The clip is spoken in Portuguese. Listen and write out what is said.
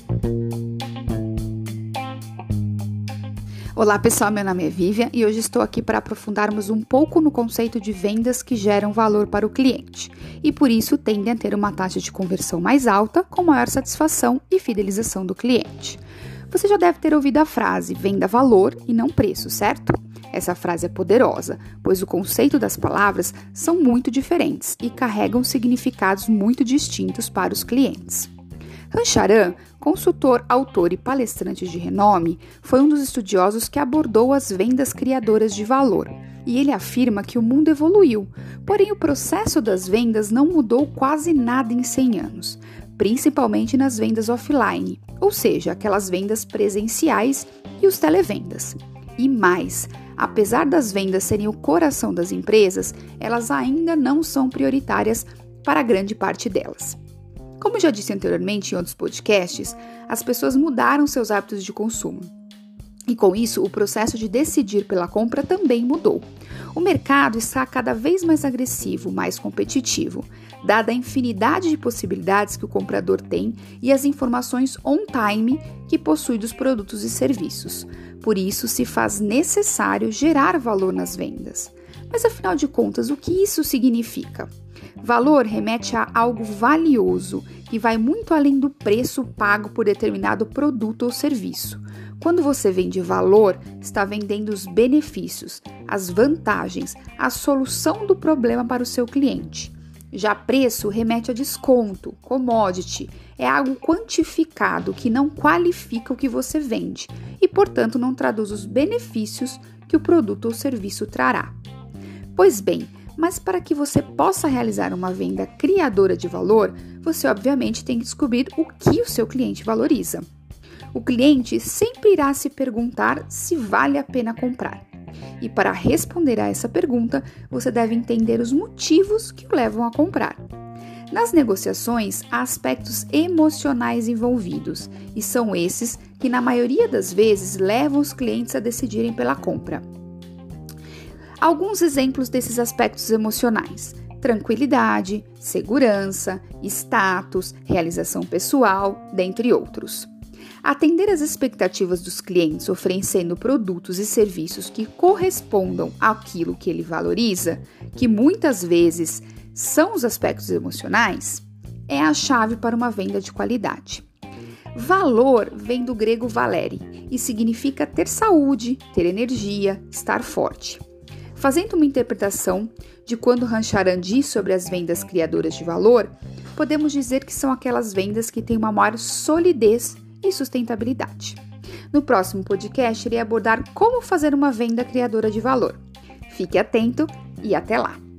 Olá pessoal, meu nome é Vivian e hoje estou aqui para aprofundarmos um pouco no conceito de vendas que geram valor para o cliente e por isso tendem a ter uma taxa de conversão mais alta, com maior satisfação e fidelização do cliente. Você já deve ter ouvido a frase venda valor e não preço, certo? Essa frase é poderosa, pois o conceito das palavras são muito diferentes e carregam significados muito distintos para os clientes. Rancharan, consultor, autor e palestrante de renome, foi um dos estudiosos que abordou as vendas criadoras de valor. E ele afirma que o mundo evoluiu, porém o processo das vendas não mudou quase nada em 100 anos, principalmente nas vendas offline, ou seja, aquelas vendas presenciais e os televendas. E mais, apesar das vendas serem o coração das empresas, elas ainda não são prioritárias para grande parte delas. Como já disse anteriormente em outros podcasts, as pessoas mudaram seus hábitos de consumo. E com isso, o processo de decidir pela compra também mudou. O mercado está cada vez mais agressivo, mais competitivo, dada a infinidade de possibilidades que o comprador tem e as informações on-time que possui dos produtos e serviços. Por isso, se faz necessário gerar valor nas vendas. Mas afinal de contas, o que isso significa? Valor remete a algo valioso e vai muito além do preço pago por determinado produto ou serviço. Quando você vende valor, está vendendo os benefícios, as vantagens, a solução do problema para o seu cliente. Já preço remete a desconto, commodity, é algo quantificado que não qualifica o que você vende e, portanto, não traduz os benefícios que o produto ou serviço trará. Pois bem, mas para que você possa realizar uma venda criadora de valor, você obviamente tem que descobrir o que o seu cliente valoriza. O cliente sempre irá se perguntar se vale a pena comprar. E para responder a essa pergunta, você deve entender os motivos que o levam a comprar. Nas negociações, há aspectos emocionais envolvidos, e são esses que, na maioria das vezes, levam os clientes a decidirem pela compra. Alguns exemplos desses aspectos emocionais: tranquilidade, segurança, status, realização pessoal, dentre outros. Atender às expectativas dos clientes oferecendo produtos e serviços que correspondam àquilo que ele valoriza, que muitas vezes são os aspectos emocionais, é a chave para uma venda de qualidade. Valor vem do grego valeri e significa ter saúde, ter energia, estar forte. Fazendo uma interpretação de quando Rancharan diz sobre as vendas criadoras de valor, podemos dizer que são aquelas vendas que têm uma maior solidez e sustentabilidade. No próximo podcast, irei abordar como fazer uma venda criadora de valor. Fique atento e até lá!